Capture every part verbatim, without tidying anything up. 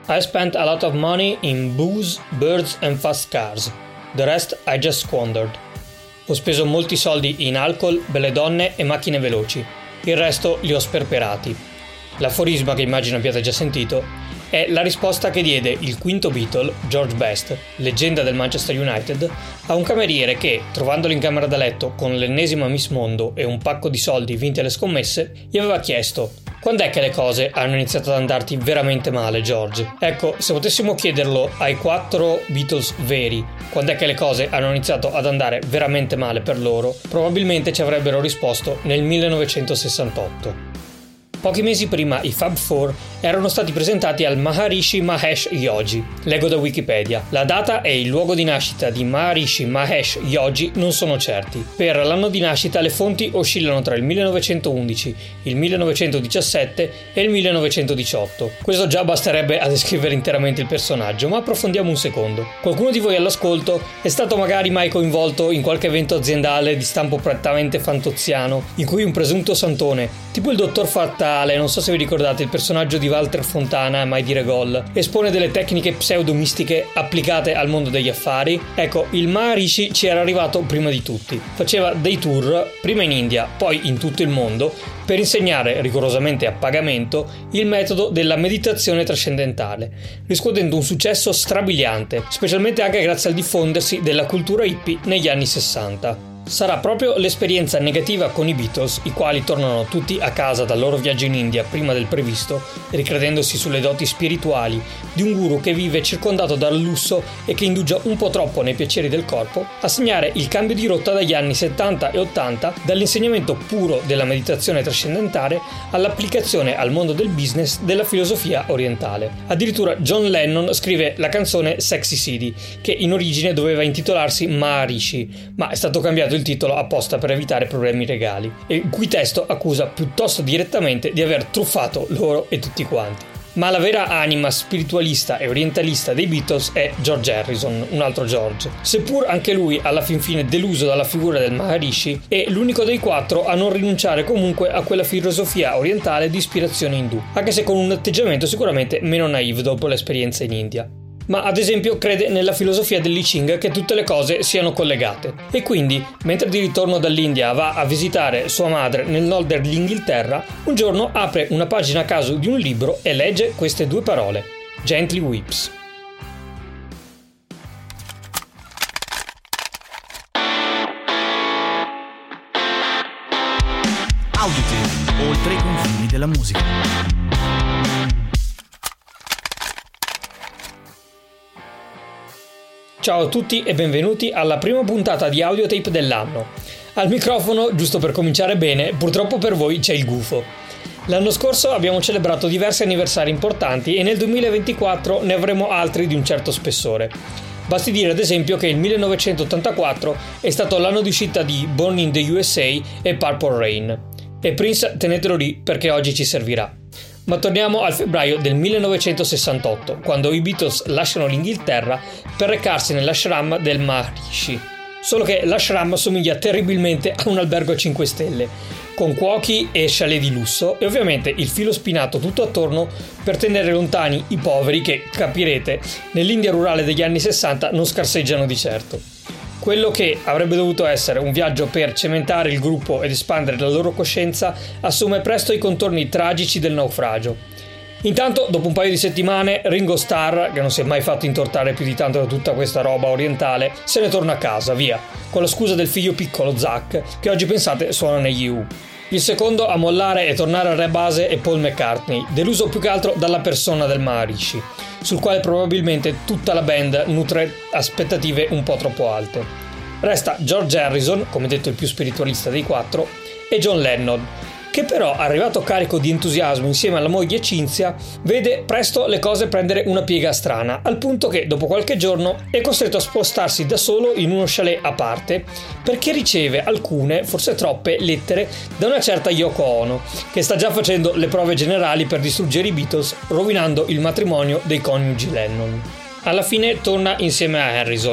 I spent a lot of money in booze, birds and fast cars. The rest I just squandered. Ho speso molti soldi in alcol, belle donne e macchine veloci. Il resto li ho sperperati. L'aforisma, che immagino abbiate già sentito, è la risposta che diede il quinto Beatle, George Best, leggenda del Manchester United, a un cameriere che, trovandolo in camera da letto con l'ennesima Miss Mondo e un pacco di soldi vinti alle scommesse, gli aveva chiesto: quando è che le cose hanno iniziato ad andarti veramente male, George? Ecco, se potessimo chiederlo ai quattro Beatles veri, quando è che le cose hanno iniziato ad andare veramente male per loro, probabilmente ci avrebbero risposto nel millenovecentosessantotto. Pochi mesi prima i Fab Four erano stati presentati al Maharishi Mahesh Yogi. Leggo da Wikipedia. La data e il luogo di nascita di Maharishi Mahesh Yogi non sono certi. Per l'anno di nascita le fonti oscillano tra il millenovecentoundici, il millenovecentodiciassette e il millenovecentodiciotto. Questo già basterebbe a descrivere interamente il personaggio, ma approfondiamo un secondo. Qualcuno di voi all'ascolto è stato magari mai coinvolto in qualche evento aziendale di stampo prettamente fantoziano, in cui un presunto santone, tipo il dottor Fattale, non so se vi ricordate il personaggio di Walter Fontana, Mai dire gol, espone delle tecniche pseudo-mistiche applicate al mondo degli affari? Ecco, il Maharishi ci era arrivato prima di tutti. Faceva dei tour, prima in India, poi in tutto il mondo, per insegnare, rigorosamente a pagamento, il metodo della meditazione trascendentale, riscuotendo un successo strabiliante, specialmente anche grazie al diffondersi della cultura hippie negli anni sessanta. Sarà proprio l'esperienza negativa con i Beatles, i quali tornano tutti a casa dal loro viaggio in India prima del previsto, ricredendosi sulle doti spirituali di un guru che vive circondato dal lusso e che indugia un po' troppo nei piaceri del corpo, a segnare il cambio di rotta dagli anni settanta e ottanta dall'insegnamento puro della meditazione trascendentale all'applicazione al mondo del business della filosofia orientale. Addirittura John Lennon scrive la canzone Sexy City, che in origine doveva intitolarsi Maharishi, ma è stato cambiato il titolo apposta per evitare problemi legali, e il cui testo accusa piuttosto direttamente di aver truffato loro e tutti quanti. Ma la vera anima spiritualista e orientalista dei Beatles è George Harrison, un altro George, seppur anche lui alla fin fine deluso dalla figura del Maharishi, è l'unico dei quattro a non rinunciare comunque a quella filosofia orientale di ispirazione indù, anche se con un atteggiamento sicuramente meno naive dopo l'esperienza in India. Ma ad esempio crede nella filosofia dell'I Ching che tutte le cose siano collegate, e quindi, mentre di ritorno dall'India va a visitare sua madre nel nord dell'Inghilterra, un giorno apre una pagina a caso di un libro e legge queste due parole: Gently Weeps. Audiotape, oltre i confini della musica. Ciao a tutti e benvenuti alla prima puntata di Audiotape dell'anno. Al microfono, giusto per cominciare bene, purtroppo per voi c'è il gufo. L'anno scorso abbiamo celebrato diversi anniversari importanti e nel duemilaventiquattro ne avremo altri di un certo spessore. Basti dire ad esempio che il millenovecentottantaquattro è stato l'anno di uscita di Born in the U S A e Purple Rain. E Prince tenetelo lì perché oggi ci servirà. Ma torniamo al febbraio del millenovecentosessantotto, quando i Beatles lasciano l'Inghilterra per recarsi nell'ashram del Maharishi. Solo che l'ashram somiglia terribilmente a un albergo a cinque stelle, con cuochi e chalet di lusso e ovviamente il filo spinato tutto attorno per tenere lontani i poveri che, capirete, nell'India rurale degli anni sessanta non scarseggiano di certo. Quello che avrebbe dovuto essere un viaggio per cementare il gruppo ed espandere la loro coscienza assume presto i contorni tragici del naufragio. Intanto, dopo un paio di settimane, Ringo Starr, che non si è mai fatto intortare più di tanto da tutta questa roba orientale, se ne torna a casa, via, con la scusa del figlio piccolo Zach, che oggi pensate suona negli U. Il secondo a mollare e tornare al re base è Paul McCartney, deluso più che altro dalla persona del Maharishi, sul quale probabilmente tutta la band nutre aspettative un po' troppo alte. Resta George Harrison, come detto il più spiritualista dei quattro, e John Lennon, che però, arrivato carico di entusiasmo insieme alla moglie Cinzia, vede presto le cose prendere una piega strana, al punto che dopo qualche giorno è costretto a spostarsi da solo in uno chalet a parte perché riceve alcune, forse troppe, lettere da una certa Yoko Ono, che sta già facendo le prove generali per distruggere i Beatles, rovinando il matrimonio dei coniugi Lennon. Alla fine torna insieme a Harrison,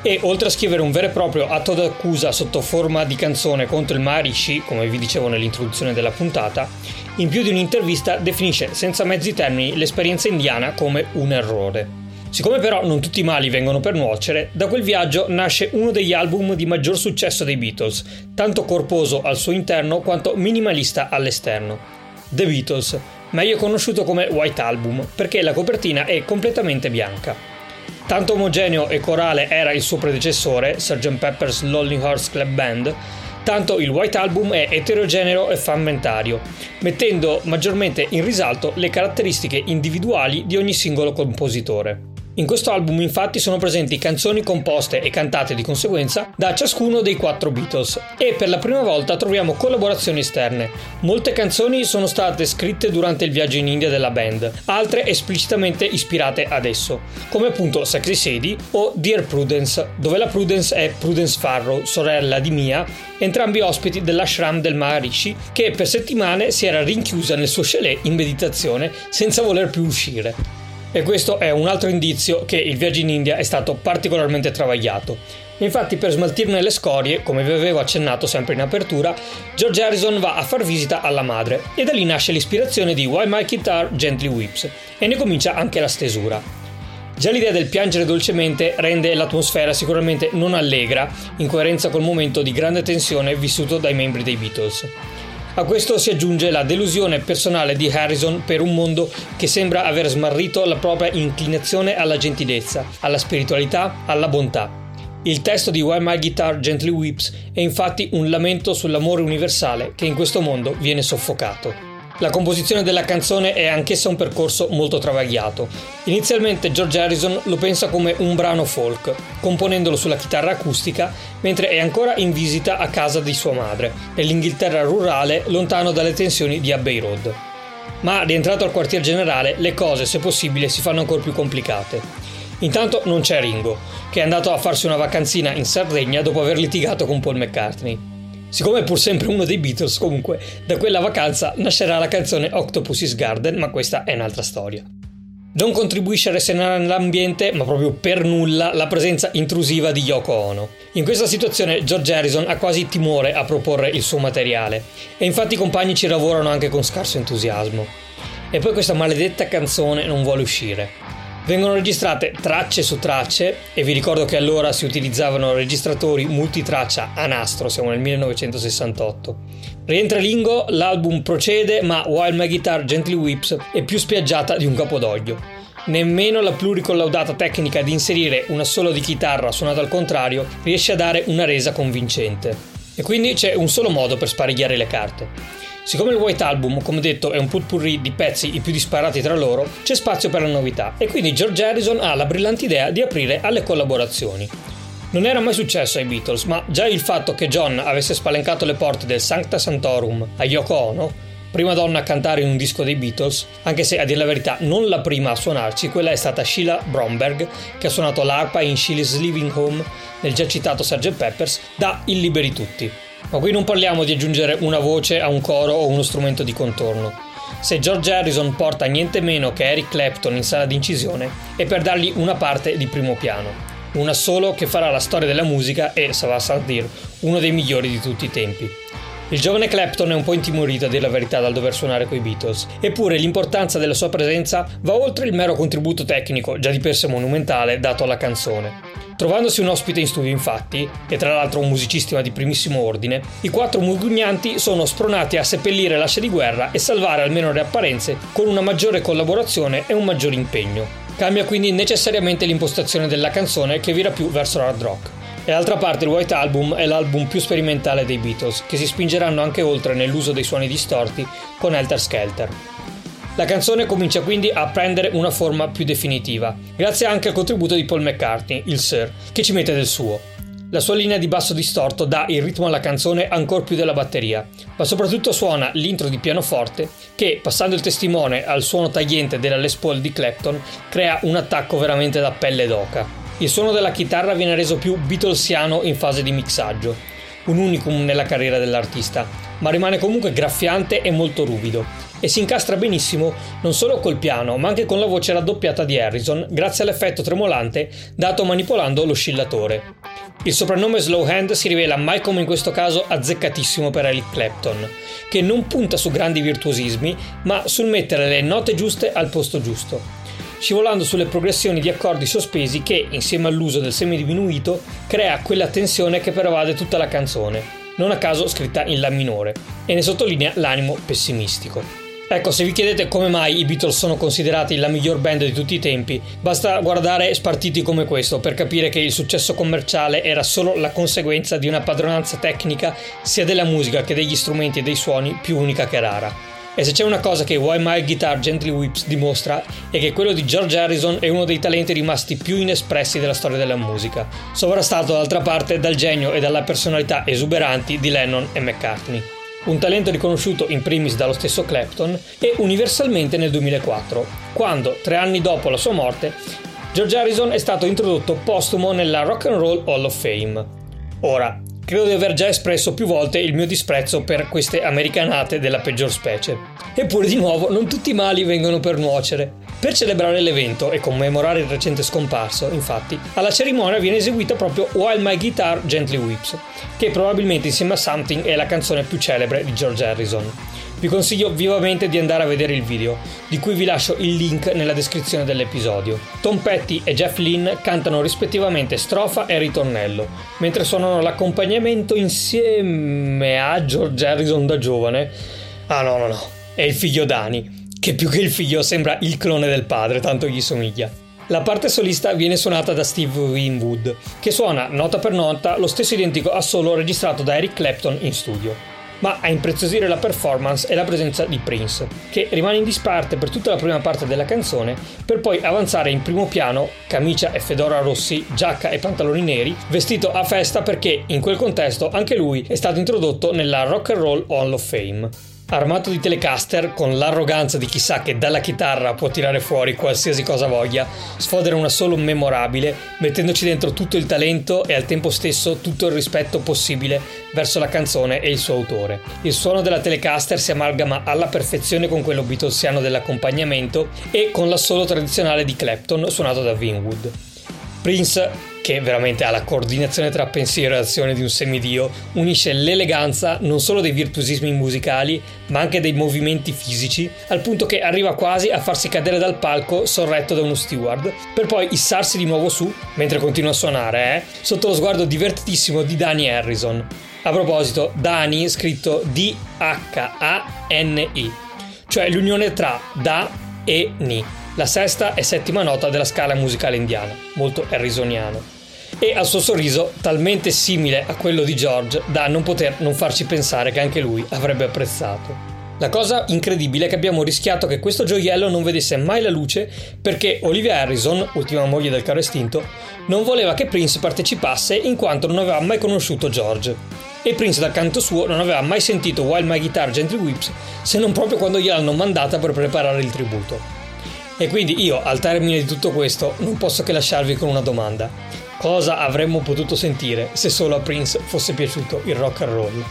e oltre a scrivere un vero e proprio atto d'accusa sotto forma di canzone contro il Maharishi, come vi dicevo nell'introduzione della puntata, in più di un'intervista definisce senza mezzi termini l'esperienza indiana come un errore. Siccome però non tutti i mali vengono per nuocere, da quel viaggio nasce uno degli album di maggior successo dei Beatles, tanto corposo al suo interno quanto minimalista all'esterno. The Beatles, meglio conosciuto come White Album, perché la copertina è completamente bianca. Tanto omogeneo e corale era il suo predecessore, sergeant Pepper's Lonely Hearts Club Band, tanto il White Album è eterogeneo e frammentario, mettendo maggiormente in risalto le caratteristiche individuali di ogni singolo compositore. In questo album infatti sono presenti canzoni composte e cantate di conseguenza da ciascuno dei quattro Beatles e per la prima volta troviamo collaborazioni esterne. Molte canzoni sono state scritte durante il viaggio in India della band, altre esplicitamente ispirate ad esso, come appunto Sexy Sadie o Dear Prudence, dove la Prudence è Prudence Farrow, sorella di Mia, entrambi ospiti dell'ashram del Maharishi, che per settimane si era rinchiusa nel suo chalet in meditazione senza voler più uscire. E questo è un altro indizio che il viaggio in India è stato particolarmente travagliato. Infatti, per smaltirne le scorie, come vi avevo accennato sempre in apertura, George Harrison va a far visita alla madre e da lì nasce l'ispirazione di While My Guitar Gently Weeps e ne comincia anche la stesura. Già l'idea del piangere dolcemente rende l'atmosfera sicuramente non allegra, in coerenza col momento di grande tensione vissuto dai membri dei Beatles. A questo si aggiunge la delusione personale di Harrison per un mondo che sembra aver smarrito la propria inclinazione alla gentilezza, alla spiritualità, alla bontà. Il testo di While My Guitar Gently Weeps è infatti un lamento sull'amore universale che in questo mondo viene soffocato. La composizione della canzone è anch'essa un percorso molto travagliato. Inizialmente George Harrison lo pensa come un brano folk, componendolo sulla chitarra acustica mentre è ancora in visita a casa di sua madre, nell'Inghilterra rurale lontano dalle tensioni di Abbey Road. Ma rientrato al quartier generale, le cose, se possibile, si fanno ancora più complicate. Intanto non c'è Ringo, che è andato a farsi una vacanzina in Sardegna dopo aver litigato con Paul McCartney. Siccome è pur sempre uno dei Beatles, comunque, da quella vacanza nascerà la canzone Octopus's Garden, ma questa è un'altra storia. Non contribuisce a risanare l'ambiente, ma proprio per nulla, la presenza intrusiva di Yoko Ono. In questa situazione George Harrison ha quasi timore a proporre il suo materiale, e infatti i compagni ci lavorano anche con scarso entusiasmo. E poi questa maledetta canzone non vuole uscire. Vengono registrate tracce su tracce e vi ricordo che allora si utilizzavano registratori multitraccia a nastro, siamo nel millenovecentosessantotto. Rientra Ringo, l'album procede, ma While My Guitar Gently Weeps è più spiaggiata di un capodoglio. Nemmeno la pluricollaudata tecnica di inserire un assolo di chitarra suonato al contrario riesce a dare una resa convincente. E quindi c'è un solo modo per sparigliare le carte. Siccome il White Album, come detto, è un potpourri di pezzi i più disparati tra loro, c'è spazio per la novità e quindi George Harrison ha la brillante idea di aprire alle collaborazioni. Non era mai successo ai Beatles, ma già il fatto che John avesse spalancato le porte del Sancta Sanctorum a Yoko Ono, prima donna a cantare in un disco dei Beatles, anche se a dire la verità non la prima a suonarci, quella è stata Sheila Bromberg, che ha suonato l'arpa in She's Living Home nel già citato sergeant Pepper's, dà il liberi tutti. Ma qui non parliamo di aggiungere una voce a un coro o uno strumento di contorno. Se George Harrison porta niente meno che Eric Clapton in sala d'incisione è per dargli una parte di primo piano, una solo che farà la storia della musica e, ça va sans dire, uno dei migliori di tutti i tempi. Il giovane Clapton è un po' intimorito a dire la verità dal dover suonare coi Beatles, eppure l'importanza della sua presenza va oltre il mero contributo tecnico, già di per sé monumentale, dato alla canzone. Trovandosi un ospite in studio, infatti, e tra l'altro un musicista di primissimo ordine, i quattro mugugnanti sono spronati a seppellire l'ascia di guerra e salvare almeno le apparenze con una maggiore collaborazione e un maggiore impegno. Cambia quindi necessariamente l'impostazione della canzone, che vira più verso l'hard rock. E d'altra parte il White Album è l'album più sperimentale dei Beatles, che si spingeranno anche oltre nell'uso dei suoni distorti con Helter Skelter. La canzone comincia quindi a prendere una forma più definitiva, grazie anche al contributo di Paul McCartney, il Sir, che ci mette del suo. La sua linea di basso distorto dà il ritmo alla canzone ancor più della batteria, ma soprattutto suona l'intro di pianoforte che, passando il testimone al suono tagliente della Les Paul di Clapton, crea un attacco veramente da pelle d'oca. Il suono della chitarra viene reso più beatlesiano in fase di mixaggio, un unicum nella carriera dell'artista, ma rimane comunque graffiante e molto ruvido, e si incastra benissimo non solo col piano, ma anche con la voce raddoppiata di Harrison, grazie all'effetto tremolante dato manipolando l'oscillatore. Il soprannome Slow Hand si rivela mai come in questo caso azzeccatissimo per Eric Clapton, che non punta su grandi virtuosismi, ma sul mettere le note giuste al posto giusto, scivolando sulle progressioni di accordi sospesi che, insieme all'uso del semidiminuito, crea quella tensione che pervade tutta la canzone, non a caso scritta in La minore, e ne sottolinea l'animo pessimistico. Ecco, se vi chiedete come mai i Beatles sono considerati la miglior band di tutti i tempi, basta guardare spartiti come questo per capire che il successo commerciale era solo la conseguenza di una padronanza tecnica sia della musica che degli strumenti e dei suoni più unica che rara. E se c'è una cosa che While My Guitar Gently Weeps dimostra è che quello di George Harrison è uno dei talenti rimasti più inespressi della storia della musica, sovrastato d'altra parte dal genio e dalla personalità esuberanti di Lennon e McCartney. Un talento riconosciuto in primis dallo stesso Clapton e universalmente nel duemilaquattro, quando, tre anni dopo la sua morte, George Harrison è stato introdotto postumo nella Rock and Roll Hall of Fame. Ora, credo di aver già espresso più volte il mio disprezzo per queste americanate della peggior specie. Eppure di nuovo non tutti i mali vengono per nuocere. Per celebrare l'evento e commemorare il recente scomparso, infatti, alla cerimonia viene eseguita proprio While My Guitar Gently Weeps, che probabilmente insieme a Something è la canzone più celebre di George Harrison. Vi consiglio vivamente di andare a vedere il video, di cui vi lascio il link nella descrizione dell'episodio. Tom Petty e Jeff Lynne cantano rispettivamente strofa e ritornello, mentre suonano l'accompagnamento insieme a George Harrison da giovane. Ah no no no, è il figlio Dani, che più che il figlio sembra il clone del padre, tanto gli somiglia. La parte solista viene suonata da Steve Winwood, che suona nota per nota lo stesso identico assolo registrato da Eric Clapton in studio. Ma a impreziosire la performance è la presenza di Prince, che rimane in disparte per tutta la prima parte della canzone, per poi avanzare in primo piano, camicia e fedora rossi, giacca e pantaloni neri, vestito a festa perché in quel contesto anche lui è stato introdotto nella Rock and Roll Hall of Fame. Armato di Telecaster, con l'arroganza di chissà che dalla chitarra può tirare fuori qualsiasi cosa voglia, sfodera un assolo memorabile, mettendoci dentro tutto il talento e al tempo stesso tutto il rispetto possibile verso la canzone e il suo autore. Il suono della Telecaster si amalgama alla perfezione con quello beatlesiano dell'accompagnamento e con l'assolo tradizionale di Clapton suonato da Winwood. Prince, che veramente ha la coordinazione tra pensiero e azione di un semidio, unisce l'eleganza non solo dei virtuosismi musicali, ma anche dei movimenti fisici, al punto che arriva quasi a farsi cadere dal palco sorretto da uno steward, per poi issarsi di nuovo su, mentre continua a suonare, eh, sotto lo sguardo divertitissimo di Dhani Harrison. A proposito, Dhani scritto D H A N I, cioè l'unione tra Da e Ni, la sesta e settima nota della scala musicale indiana, molto harrisoniano, e al suo sorriso talmente simile a quello di George da non poter non farci pensare che anche lui avrebbe apprezzato. La cosa incredibile è che abbiamo rischiato che questo gioiello non vedesse mai la luce perché Olivia Harrison, ultima moglie del caro estinto, non voleva che Prince partecipasse in quanto non aveva mai conosciuto George. E Prince dal canto suo non aveva mai sentito While My Guitar Gently Weeps se non proprio quando gliel'hanno mandata per preparare il tributo. E quindi io, al termine di tutto questo, non posso che lasciarvi con una domanda. Cosa avremmo potuto sentire se solo a Prince fosse piaciuto il rock and roll?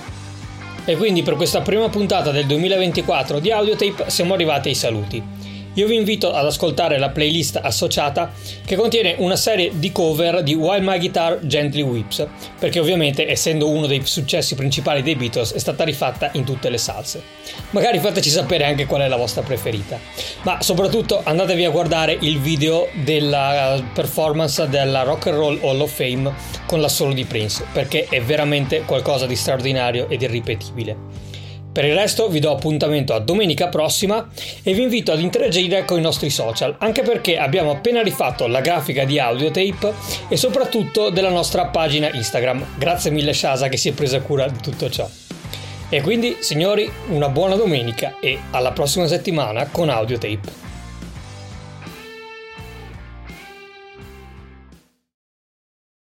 E quindi per questa prima puntata del duemilaventiquattro di Audiotape siamo arrivati ai saluti. Io vi invito ad ascoltare la playlist associata che contiene una serie di cover di While My Guitar Gently Weeps, perché ovviamente, essendo uno dei successi principali dei Beatles, è stata rifatta in tutte le salse. Magari fateci sapere anche qual è la vostra preferita. Ma soprattutto andatevi a guardare il video della performance della Rock and Roll Hall of Fame con l'assolo di Prince, perché è veramente qualcosa di straordinario ed irripetibile. Per il resto vi do appuntamento a domenica prossima e vi invito ad interagire con i nostri social, anche perché abbiamo appena rifatto la grafica di Audiotape e soprattutto della nostra pagina Instagram. Grazie mille Shasa che si è presa cura di tutto ciò. E quindi, signori, una buona domenica e alla prossima settimana con Audiotape.